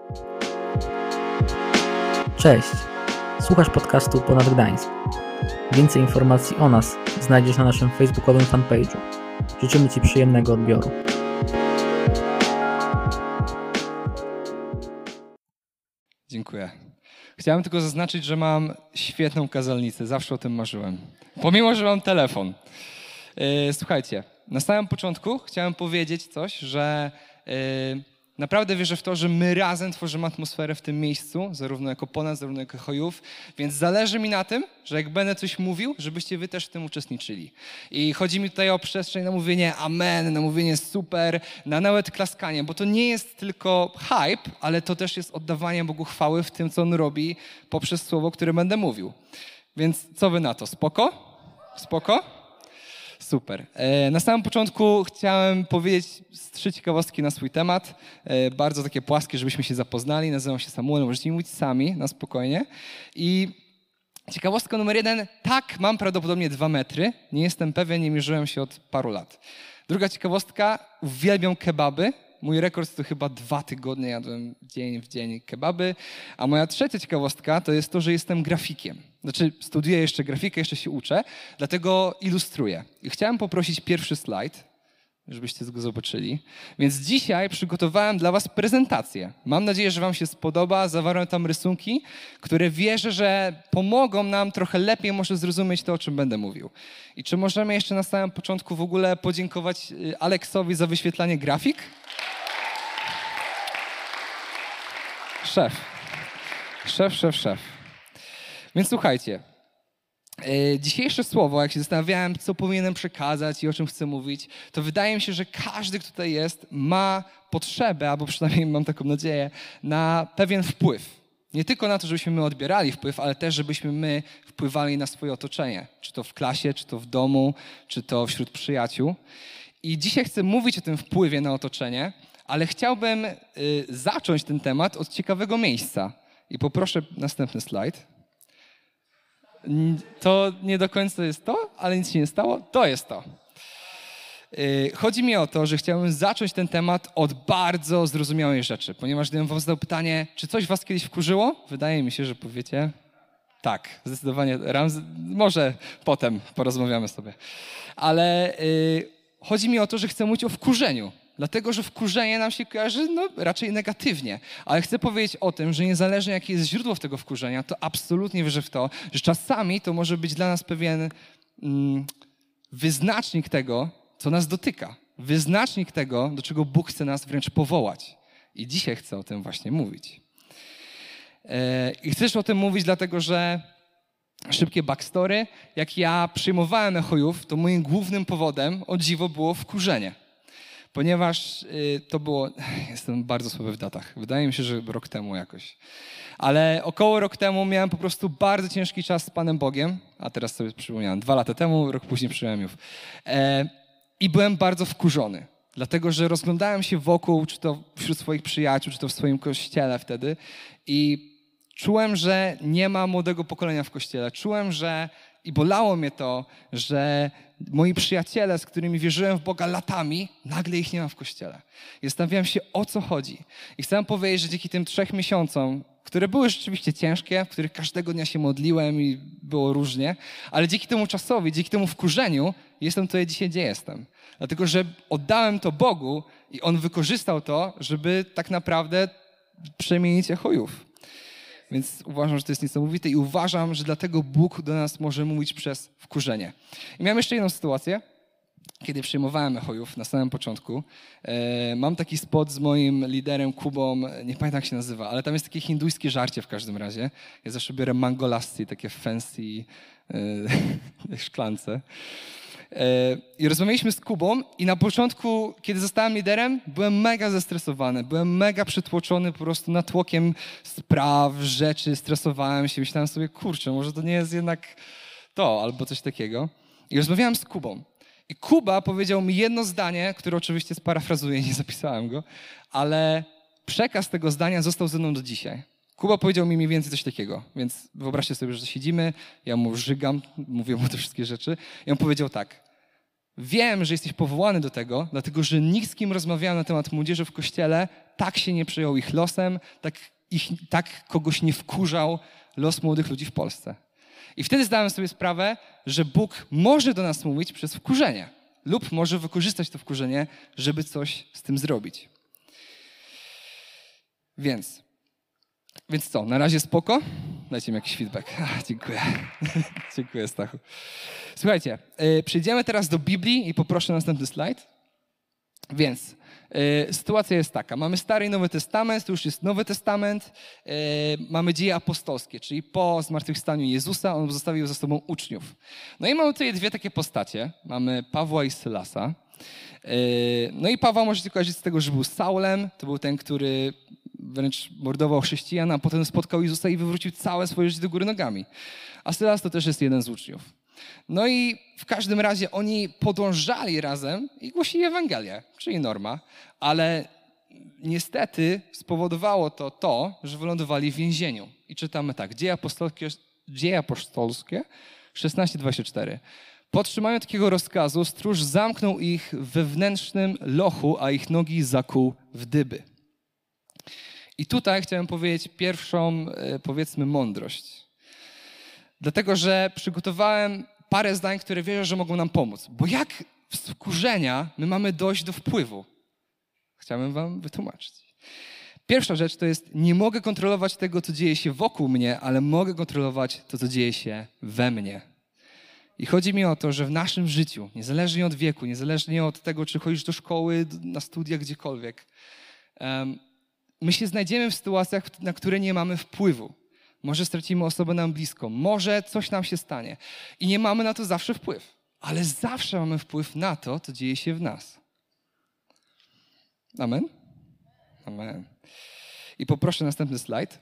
Cześć, słuchasz podcastu Ponad Gdańsk. Więcej informacji o nas znajdziesz na naszym facebookowym fanpage'u. Życzymy Ci przyjemnego odbioru. Dziękuję. Chciałem tylko zaznaczyć, że mam świetną kazalnicę. Zawsze o tym marzyłem. Pomimo, że mam telefon. Słuchajcie, na samym początku chciałem powiedzieć coś, że naprawdę wierzę w to, że my razem tworzymy atmosferę w tym miejscu, zarówno jako Ponad, zarówno jako Chojów, więc zależy mi na tym, że jak będę coś mówił, żebyście wy też w tym uczestniczyli. I chodzi mi tutaj o przestrzeń na mówienie amen, na mówienie super, na nawet klaskanie, bo to nie jest tylko hype, ale to też jest oddawanie Bogu chwały w tym, co On robi poprzez słowo, które będę mówił. Więc co wy na to? Spoko? Spoko? Super. Na samym początku chciałem powiedzieć 3 ciekawostki na swój temat. Bardzo takie płaskie, żebyśmy się zapoznali. Nazywam się Samuel, możecie mi mówić sami, na spokojnie. I ciekawostka numer 1. Tak, mam prawdopodobnie 2 metry. Nie jestem pewien, nie mierzyłem się od paru lat. Druga ciekawostka. Uwielbiam kebaby. Mój rekord to chyba 2 tygodnie jadłem dzień w dzień kebaby. A moja trzecia ciekawostka to jest to, że jestem grafikiem. Znaczy studiuję jeszcze grafikę, jeszcze się uczę, dlatego ilustruję. I chciałem poprosić pierwszy slajd, żebyście go zobaczyli. Więc dzisiaj przygotowałem dla was prezentację. Mam nadzieję, że wam się spodoba. Zawarłem tam rysunki, które wierzę, że pomogą nam trochę lepiej może zrozumieć to, o czym będę mówił. I czy możemy jeszcze na samym początku w ogóle podziękować Aleksowi za wyświetlanie grafik? Szef. Więc słuchajcie, dzisiejsze słowo, jak się zastanawiałem, co powinienem przekazać i o czym chcę mówić, to wydaje mi się, że każdy, kto tutaj jest, ma potrzebę, albo przynajmniej mam taką nadzieję, na pewien wpływ. Nie tylko na to, żebyśmy my odbierali wpływ, ale też, żebyśmy my wpływali na swoje otoczenie. Czy to w klasie, czy to w domu, czy to wśród przyjaciół. I dzisiaj chcę mówić o tym wpływie na otoczenie, ale chciałbym zacząć ten temat od ciekawego miejsca. I poproszę następny slajd. To nie do końca jest to, ale nic się nie stało. To jest to. Chodzi mi o to, że chciałbym zacząć ten temat od bardzo zrozumiałej rzeczy, ponieważ gdybym wam zadał pytanie, czy coś was kiedyś wkurzyło? Wydaje mi się, że powiecie tak, zdecydowanie. Może potem porozmawiamy sobie. Ale chodzi mi o to, że chcę mówić o wkurzeniu. Dlatego, że wkurzenie nam się kojarzy raczej negatywnie. Ale chcę powiedzieć o tym, że niezależnie jakie jest źródło tego wkurzenia, to absolutnie wierzę w to, że czasami to może być dla nas pewien wyznacznik tego, co nas dotyka. Wyznacznik tego, do czego Bóg chce nas wręcz powołać. I dzisiaj chcę o tym właśnie mówić. I chcesz o tym mówić dlatego, że szybkie backstory. Jak ja przyjmowałem Chojów, to moim głównym powodem, o dziwo, było wkurzenie. Ponieważ to było, jestem bardzo słaby w datach, wydaje mi się, że rok temu jakoś. Ale około rok temu miałem po prostu bardzo ciężki czas z Panem Bogiem, a teraz sobie przypomniałem, 2 lata temu, rok później przyjąłem już. I byłem bardzo wkurzony, dlatego że rozglądałem się wokół, czy to wśród swoich przyjaciół, czy to w swoim kościele wtedy i czułem, że nie ma młodego pokolenia w kościele. Czułem, że i bolało mnie to, że moi przyjaciele, z którymi wierzyłem w Boga latami, nagle ich nie ma w kościele. I zastanawiałem się, o co chodzi. I chcę powiedzieć, że dzięki tym 3 miesiącom, które były rzeczywiście ciężkie, w których każdego dnia się modliłem i było różnie, ale dzięki temu czasowi, dzięki temu wkurzeniu jestem tutaj dzisiaj, gdzie jestem. Dlatego, że oddałem to Bogu i On wykorzystał to, żeby tak naprawdę przemienić Chojów. Więc uważam, że to jest niesamowite i uważam, że dlatego Bóg do nas może mówić przez wkurzenie. I miałem jeszcze jedną sytuację, kiedy przyjmowałem Chojów na samym początku. Mam taki spot z moim liderem Kubą, nie pamiętam jak się nazywa, ale tam jest takie hinduńskie żarcie w każdym razie. Ja zawsze biorę mango lassi, takie fancy szklance. I rozmawialiśmy z Kubą i na początku, kiedy zostałem liderem, byłem mega zestresowany, byłem mega przytłoczony po prostu natłokiem spraw, rzeczy, stresowałem się, myślałem sobie, kurczę, może to nie jest jednak to, albo coś takiego. I rozmawiałem z Kubą. I Kuba powiedział mi jedno zdanie, które oczywiście sparafrazuję, nie zapisałem go, ale przekaz tego zdania został ze mną do dzisiaj. Kuba powiedział mi mniej więcej coś takiego, więc wyobraźcie sobie, że siedzimy, ja mu żygam, mówię mu te wszystkie rzeczy i on powiedział tak: wiem, że jesteś powołany do tego, dlatego że nikt, z kim rozmawiałem na temat młodzieży w Kościele, tak się nie przejął ich losem, tak kogoś nie wkurzał los młodych ludzi w Polsce. I wtedy zdałem sobie sprawę, że Bóg może do nas mówić przez wkurzenie lub może wykorzystać to wkurzenie, żeby coś z tym zrobić. Więc co, na razie spoko? Dajcie mi jakiś feedback. Dziękuję. Dziękuję, Stachu. Słuchajcie, przejdziemy teraz do Biblii i poproszę następny slajd. Więc sytuacja jest taka. Mamy Stary i Nowy Testament, to już jest Nowy Testament. Mamy dzieje apostolskie, czyli po zmartwychwstaniu Jezusa on zostawił za sobą uczniów. No i mamy tutaj dwie takie postacie. Mamy Pawła i Sylasa. No i Pawła możecie kojarzyć z tego, że był Saulem. To był ten, który wręcz mordował chrześcijan, a potem spotkał Jezusa i wywrócił całe swoje życie do góry nogami. A Sylas to też jest jeden z uczniów. No i w każdym razie oni podążali razem i głosili Ewangelię, czyli norma, ale niestety spowodowało to, że wylądowali w więzieniu. I czytamy tak, Dzieje apostolskie 16:24. Po otrzymaniu takiego rozkazu stróż zamknął ich w wewnętrznym lochu, a ich nogi zakuł w dyby. I tutaj chciałem powiedzieć pierwszą, powiedzmy, mądrość. Dlatego, że przygotowałem parę zdań, które wierzę, że mogą nam pomóc. Bo jak z wkurzenia my mamy dojść do wpływu? Chciałbym wam wytłumaczyć. Pierwsza rzecz to jest, nie mogę kontrolować tego, co dzieje się wokół mnie, ale mogę kontrolować to, co dzieje się we mnie. I chodzi mi o to, że w naszym życiu, niezależnie od wieku, niezależnie od tego, czy chodzisz do szkoły, na studia, gdziekolwiek, my się znajdziemy w sytuacjach, na które nie mamy wpływu. Może stracimy osobę nam blisko, może coś nam się stanie i nie mamy na to zawsze wpływ, ale zawsze mamy wpływ na to, co dzieje się w nas. Amen? Amen. I poproszę następny slajd.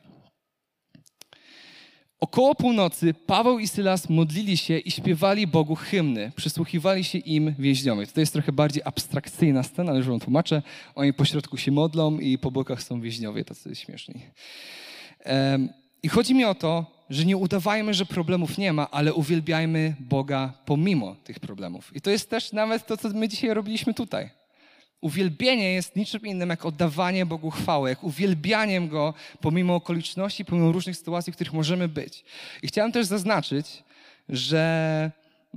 Około północy Paweł i Sylas modlili się i śpiewali Bogu hymny. Przysłuchiwali się im więźniowie. To jest trochę bardziej abstrakcyjna scena, ale już wam tłumaczę. Oni po środku się modlą i po bokach są więźniowie, tacy śmieszni. I chodzi mi o to, że nie udawajmy, że problemów nie ma, ale uwielbiajmy Boga pomimo tych problemów. I to jest też nawet to, co my dzisiaj robiliśmy tutaj. Uwielbienie jest niczym innym jak oddawanie Bogu chwały, jak uwielbianiem Go pomimo okoliczności, pomimo różnych sytuacji, w których możemy być. I chciałem też zaznaczyć, że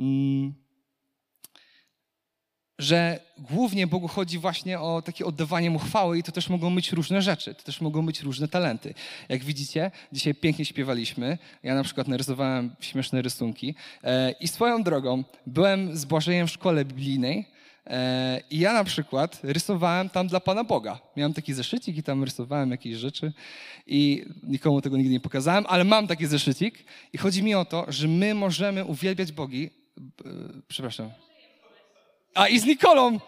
głównie Bogu chodzi właśnie o takie oddawanie Mu chwały i to też mogą być różne rzeczy, to też mogą być różne talenty. Jak widzicie, dzisiaj pięknie śpiewaliśmy. Ja na przykład narysowałem śmieszne rysunki i swoją drogą byłem z Błażejem w szkole biblijnej i ja na przykład rysowałem tam dla Pana Boga. Miałem taki zeszycik i tam rysowałem jakieś rzeczy i nikomu tego nigdy nie pokazałem, ale mam taki zeszycik i chodzi mi o to, że my możemy uwielbiać Bogi. Przepraszam. A i z Nikolą!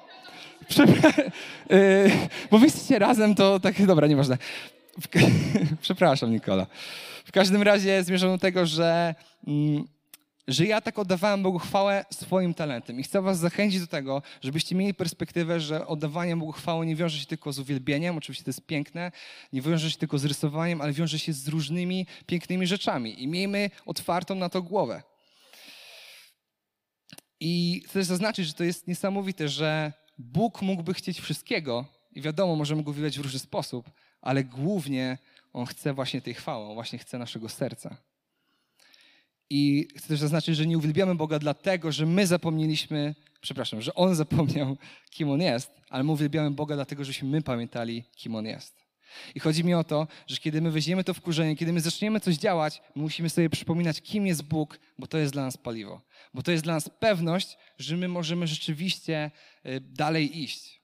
Bo wy jesteście razem, to tak, dobra, nieważne. Przepraszam, Nikola. W każdym razie zmierzam do tego, że ja tak oddawałem Bogu chwałę swoim talentem. I chcę was zachęcić do tego, żebyście mieli perspektywę, że oddawanie Bogu chwały nie wiąże się tylko z uwielbieniem, oczywiście to jest piękne, nie wiąże się tylko z rysowaniem, ale wiąże się z różnymi pięknymi rzeczami. I miejmy otwartą na to głowę. I chcę też zaznaczyć, że to jest niesamowite, że Bóg mógłby chcieć wszystkiego i wiadomo, możemy Go uwielbiać w różny sposób, ale głównie On chce właśnie tej chwały, On właśnie chce naszego serca. I chcę też zaznaczyć, że nie uwielbiamy Boga dlatego, że my zapomnieliśmy, że On zapomniał, kim On jest, ale my uwielbiamy Boga dlatego, żebyśmy my pamiętali, kim On jest. I chodzi mi o to, że kiedy my weźmiemy to wkurzenie, kiedy my zaczniemy coś działać, my musimy sobie przypominać, kim jest Bóg, bo to jest dla nas paliwo. Bo to jest dla nas pewność, że my możemy rzeczywiście dalej iść.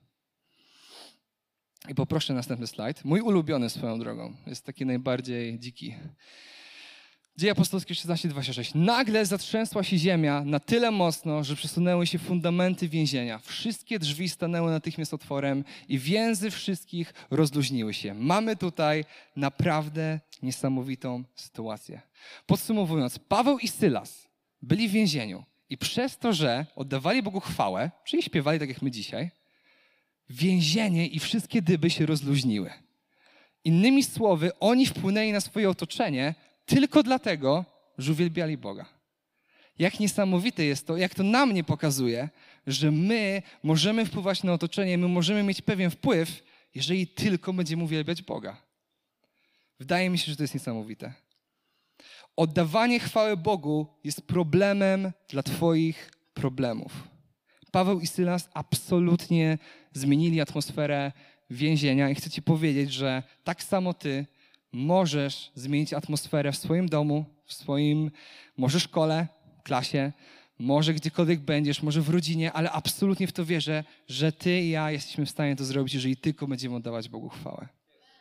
I poproszę następny slajd. Mój ulubiony swoją drogą. Jest taki najbardziej dziki. Dzieje apostolskie 16:26. Nagle zatrzęsła się ziemia na tyle mocno, że przesunęły się fundamenty więzienia. Wszystkie drzwi stanęły natychmiast otworem i więzy wszystkich rozluźniły się. Mamy tutaj naprawdę niesamowitą sytuację. Podsumowując, Paweł i Sylas byli w więzieniu i przez to, że oddawali Bogu chwałę, czyli śpiewali tak jak my dzisiaj, więzienie i wszystkie dyby się rozluźniły. Innymi słowy, oni wpłynęli na swoje otoczenie tylko dlatego, że uwielbiali Boga. Jak niesamowite jest to, jak to nam nie pokazuje, że my możemy wpływać na otoczenie, my możemy mieć pewien wpływ, jeżeli tylko będziemy uwielbiać Boga. Wydaje mi się, że to jest niesamowite. Oddawanie chwały Bogu jest problemem dla twoich problemów. Paweł i Sylas absolutnie zmienili atmosferę więzienia i chcę ci powiedzieć, że tak samo ty możesz zmienić atmosferę w swoim domu, w swoim może szkole, klasie, może gdziekolwiek będziesz, może w rodzinie, ale absolutnie w to wierzę, że ty i ja jesteśmy w stanie to zrobić, jeżeli tylko będziemy oddawać Bogu chwałę.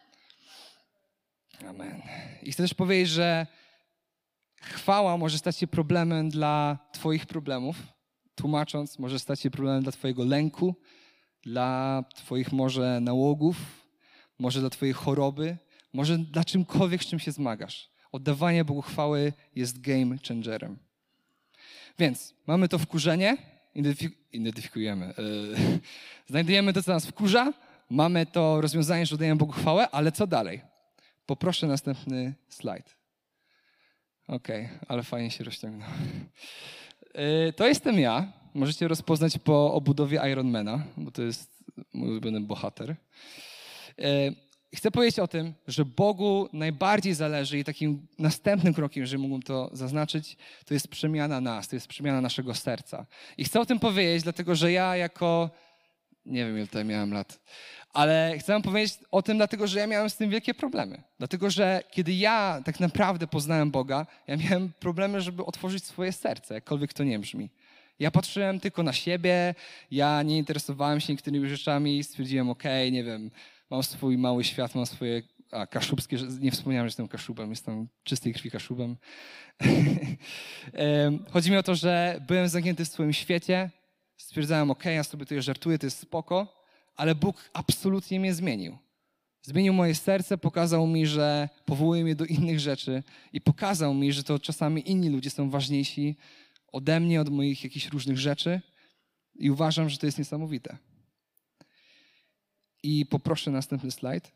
Amen. I chcę też powiedzieć, że chwała może stać się problemem dla twoich problemów. Tłumacząc, może stać się problemem dla twojego lęku, dla twoich może nałogów, może dla twojej choroby, może dla czymkolwiek, z czym się zmagasz. Oddawanie Bogu chwały jest game changerem. Więc mamy to wkurzenie, identyfikujemy, znajdujemy to, co nas wkurza, mamy to rozwiązanie, że oddajemy Bogu chwałę, ale co dalej? Poproszę następny slajd. Okej, ale fajnie się rozciągnął. To jestem ja. Możecie rozpoznać po obudowie Ironmana, bo to jest mój ulubiony bohater. Chcę powiedzieć o tym, że Bogu najbardziej zależy i takim następnym krokiem, jeżeli mógłbym to zaznaczyć, to jest przemiana nas, to jest przemiana naszego serca. I chcę o tym powiedzieć, dlatego że ja nie wiem ile tutaj miałem lat, ale chcę wam powiedzieć o tym, dlatego że ja miałem z tym wielkie problemy. Dlatego że kiedy ja tak naprawdę poznałem Boga, ja miałem problemy, żeby otworzyć swoje serce, jakkolwiek to nie brzmi. Ja patrzyłem tylko na siebie, ja nie interesowałem się niektórymi rzeczami, stwierdziłem, nie wiem, mam swój mały świat, mam swoje kaszubskie, nie wspomniałem, że jestem kaszubem, jestem czystej krwi kaszubem. Chodzi mi o to, że byłem zamknięty w swoim świecie, stwierdzałem, ja sobie tutaj żartuję, to jest spoko, ale Bóg absolutnie mnie zmienił. Zmienił moje serce, pokazał mi, że powołuje mnie do innych rzeczy i pokazał mi, że to czasami inni ludzie są ważniejsi ode mnie, od moich jakichś różnych rzeczy i uważam, że to jest niesamowite. I poproszę następny slajd.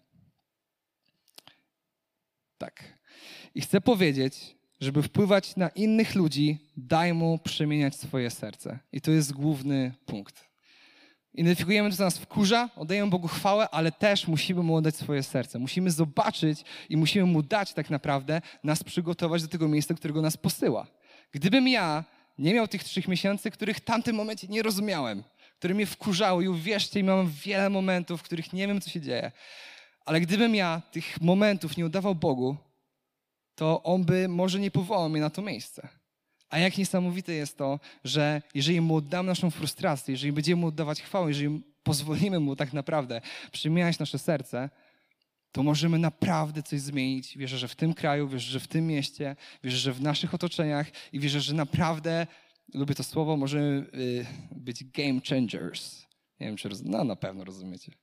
Tak. I chcę powiedzieć, żeby wpływać na innych ludzi, daj mu przemieniać swoje serce. I to jest główny punkt. Identyfikujemy to, co nas wkurza, oddajemy Bogu chwałę, ale też musimy mu oddać swoje serce. Musimy zobaczyć i musimy mu dać tak naprawdę nas przygotować do tego miejsca, którego nas posyła. Gdybym ja nie miał tych 3 miesięcy, których w tamtym momencie nie rozumiałem, które mnie wkurzały i uwierzcie, mam wiele momentów, w których nie wiem, co się dzieje, ale gdybym ja tych momentów nie oddawał Bogu, to On by może nie powołał mnie na to miejsce. A jak niesamowite jest to, że jeżeli Mu oddamy naszą frustrację, jeżeli będziemy Mu oddawać chwałę, jeżeli pozwolimy Mu tak naprawdę przemieniać nasze serce, to możemy naprawdę coś zmienić. Wierzę, że w tym kraju, wierzę, że w tym mieście, wierzę, że w naszych otoczeniach i wierzę, że naprawdę, lubię to słowo, możemy być game changers. Nie wiem, czy na pewno rozumiecie.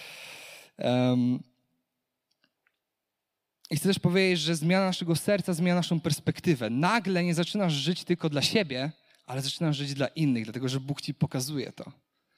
I chcę też powiedzieć, że zmiana naszego serca zmienia naszą perspektywę. Nagle nie zaczynasz żyć tylko dla siebie, ale zaczynasz żyć dla innych, dlatego że Bóg ci pokazuje to.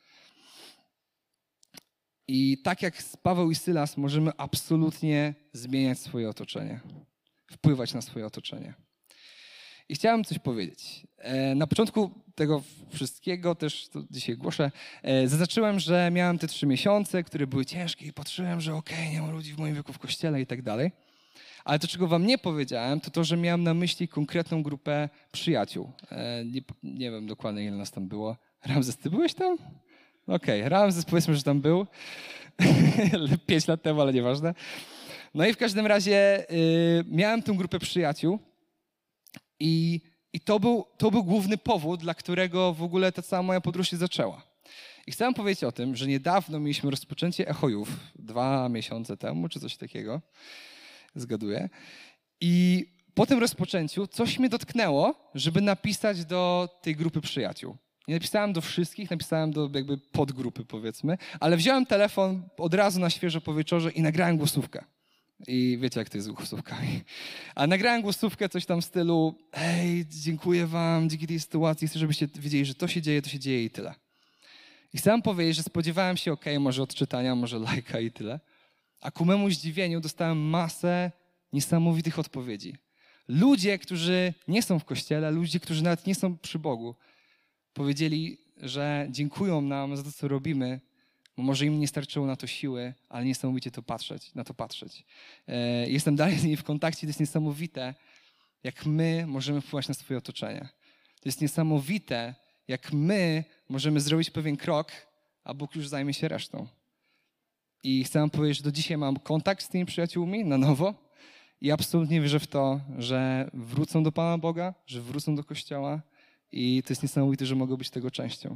I tak jak Paweł i Sylas możemy absolutnie zmieniać swoje otoczenie. Wpływać na swoje otoczenie. I chciałem coś powiedzieć. Na początku tego wszystkiego, też to dzisiaj głoszę, zaznaczyłem, że miałem te 3 miesiące, które były ciężkie i patrzyłem, że nie ma ludzi w moim wieku w kościele i tak dalej. Ale to, czego wam nie powiedziałem, to to, że miałem na myśli konkretną grupę przyjaciół. Nie wiem dokładnie, ile nas tam było. Ramzes, ty byłeś tam? Ramzes powiedzmy, że tam był. 5 lat temu, ale nieważne. No i w każdym razie miałem tę grupę przyjaciół i to był główny powód, dla którego w ogóle ta cała moja podróż się zaczęła. I chcę wam powiedzieć o tym, że niedawno mieliśmy rozpoczęcie Echojów, 2 miesiące temu, czy coś takiego. Zgaduję. I po tym rozpoczęciu coś mnie dotknęło, żeby napisać do tej grupy przyjaciół. Nie napisałem do wszystkich, napisałem do jakby podgrupy, powiedzmy, ale wziąłem telefon od razu na świeżo po wieczorze i nagrałem głosówkę. I wiecie, jak to jest z głosówkami. A nagrałem głosówkę, coś tam w stylu dziękuję wam, dzięki tej sytuacji, chcę, żebyście wiedzieli, że to się dzieje i tyle. I chcę wam powiedzieć, że spodziewałem się, może odczytania, może lajka i tyle. A ku memu zdziwieniu dostałem masę niesamowitych odpowiedzi. ludzie, którzy nie są w Kościele, ludzie, którzy nawet nie są przy Bogu, powiedzieli, że dziękują nam za to, co robimy, bo może im nie starczyło na to siły, ale niesamowicie na to patrzeć. Jestem dalej z nimi w kontakcie, to jest niesamowite, jak my możemy wpływać na swoje otoczenie. To jest niesamowite, jak my możemy zrobić pewien krok, a Bóg już zajmie się resztą. I chcę wam powiedzieć, że do dzisiaj mam kontakt z tymi przyjaciółmi na nowo i absolutnie wierzę w to, że wrócą do Pana Boga, że wrócą do Kościoła i to jest niesamowite, że mogą być tego częścią.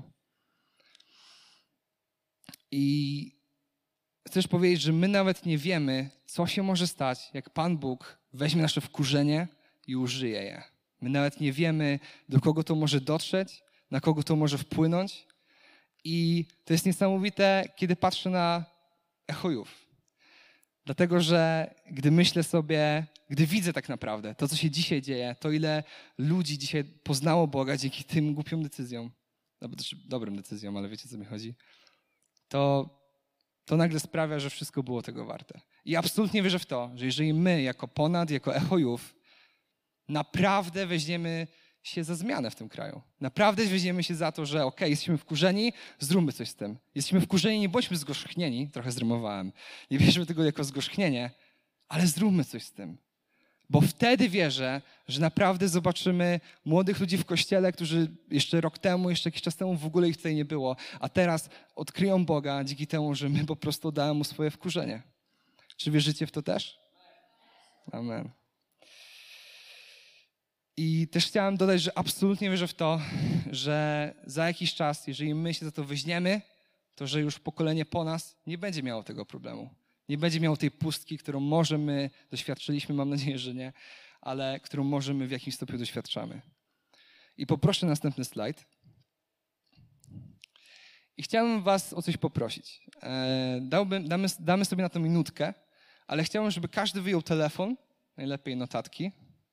I chcę też powiedzieć, że my nawet nie wiemy, co się może stać, jak Pan Bóg weźmie nasze wkurzenie i użyje je. My nawet nie wiemy, do kogo to może dotrzeć, na kogo to może wpłynąć. I to jest niesamowite, kiedy patrzę na Echojów. Dlatego, że gdy myślę sobie, gdy widzę tak naprawdę to, co się dzisiaj dzieje, to ile ludzi dzisiaj poznało Boga dzięki tym głupiom decyzjom, albo też dobrym decyzjom, ale wiecie, co mi chodzi, to nagle sprawia, że wszystko było tego warte. I absolutnie wierzę w to, że jeżeli my jako Ponad, jako Echojów naprawdę weźmiemy się za zmianę w tym kraju. Naprawdę weźmiemy się za to, że jesteśmy wkurzeni, zróbmy coś z tym. Jesteśmy wkurzeni, nie bądźmy zgorzchnieni, trochę zrymowałem, nie bierzmy tego jako zgorzchnienie, ale zróbmy coś z tym. Bo wtedy wierzę, że naprawdę zobaczymy młodych ludzi w kościele, którzy jeszcze rok temu, jeszcze jakiś czas temu w ogóle ich tutaj nie było, a teraz odkryją Boga dzięki temu, że my po prostu damy Mu swoje wkurzenie. Czy wierzycie w to też? Amen. I też chciałem dodać, że absolutnie wierzę w to, że za jakiś czas, jeżeli my się za to weźmiemy, to że już pokolenie po nas nie będzie miało tego problemu. Nie będzie miało tej pustki, którą może my doświadczyliśmy, mam nadzieję, że nie, ale którą może my w jakimś stopniu doświadczamy. I poproszę następny slajd. I chciałbym was o coś poprosić. Damy sobie na to minutkę, ale chciałbym, żeby każdy wyjął telefon, najlepiej notatki.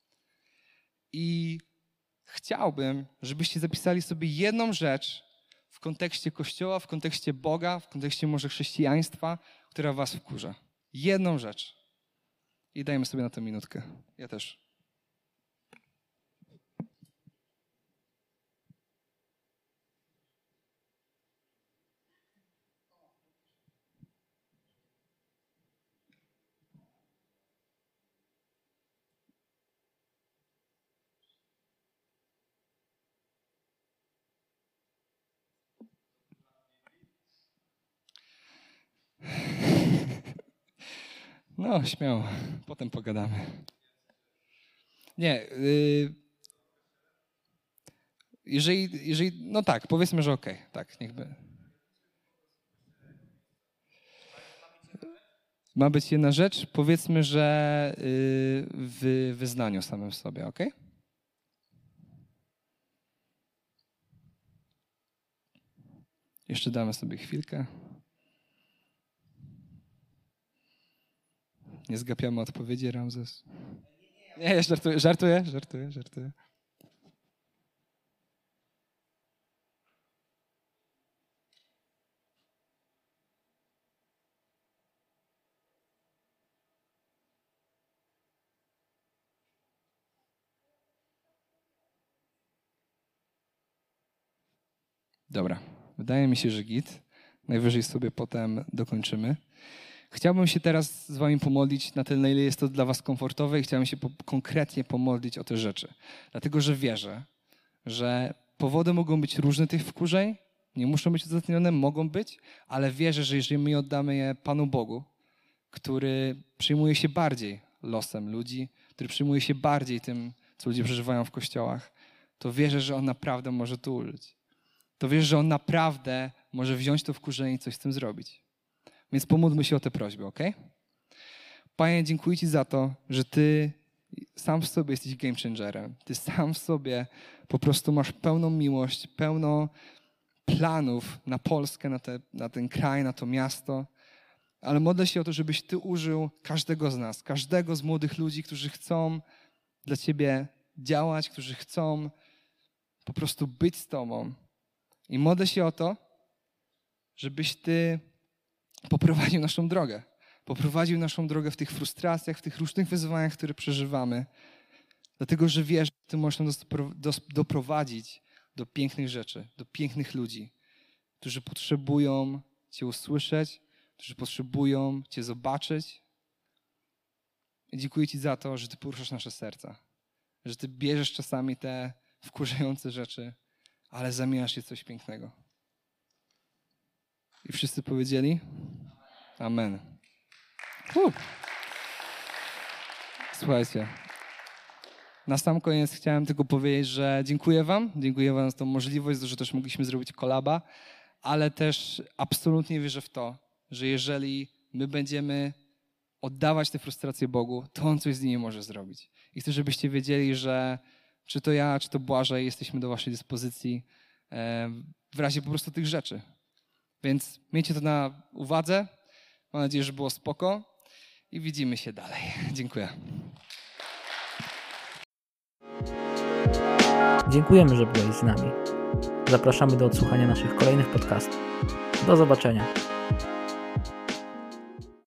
I chciałbym, żebyście zapisali sobie jedną rzecz w kontekście Kościoła, w kontekście Boga, w kontekście może chrześcijaństwa, która was wkurza. Jedną rzecz. I dajmy sobie na to minutkę. Ja też. No, śmiało. Potem pogadamy. Nie. Jeżeli no tak, powiedzmy, że okej. Tak, niechby. Ma być jedna rzecz. Powiedzmy, że w wyznaniu samym w sobie, okej? Jeszcze damy sobie chwilkę. Nie zgapiamy odpowiedzi, Ramzes. Nie, żartuję. Dobra, wydaje mi się, że git. Najwyżej sobie potem dokończymy. Chciałbym się teraz z wami pomodlić na tyle, na ile jest to dla was komfortowe i chciałbym się konkretnie pomodlić o te rzeczy. Dlatego, że wierzę, że powody mogą być różne tych wkurzeń, nie muszą być uzasadnione, mogą być, ale wierzę, że jeżeli my oddamy je Panu Bogu, który przyjmuje się bardziej losem ludzi, który przyjmuje się bardziej tym, co ludzie przeżywają w kościołach, to wierzę, że On naprawdę może tu użyć. To wierzę, że On naprawdę może wziąć to wkurzenie i coś z tym zrobić. Więc pomódlmy się o tę prośbę, okej? Panie, dziękuję Ci za to, że Ty sam w sobie jesteś game changerem. Ty sam w sobie po prostu masz pełną miłość, pełno planów na Polskę, na ten kraj, na to miasto. Ale modlę się o to, żebyś Ty użył każdego z nas, każdego z młodych ludzi, którzy chcą dla Ciebie działać, którzy chcą po prostu być z Tobą. I modlę się o to, żebyś Ty poprowadził naszą drogę. Poprowadził naszą drogę w tych frustracjach, w tych różnych wyzwaniach, które przeżywamy. Dlatego, że wiesz, że Ty możesz nas doprowadzić do pięknych rzeczy, do pięknych ludzi, którzy potrzebują Cię usłyszeć, którzy potrzebują Cię zobaczyć. I dziękuję Ci za to, że Ty poruszasz nasze serca, że Ty bierzesz czasami te wkurzające rzeczy, ale zamieniasz je w coś pięknego. I wszyscy powiedzieli? Amen. Słuchajcie, na sam koniec chciałem tylko powiedzieć, że dziękuję Wam za tą możliwość, że też mogliśmy zrobić kolaba, ale też absolutnie wierzę w to, że jeżeli my będziemy oddawać te frustracje Bogu, to On coś z nimi może zrobić. I chcę, żebyście wiedzieli, że czy to ja, czy to Błażej, jesteśmy do waszej dyspozycji w razie po prostu tych rzeczy. Więc miejcie to na uwadze. Mam nadzieję, że było spoko i widzimy się dalej. Dziękuję. Dziękujemy, że byłeś z nami. Zapraszamy do odsłuchania naszych kolejnych podcastów. Do zobaczenia.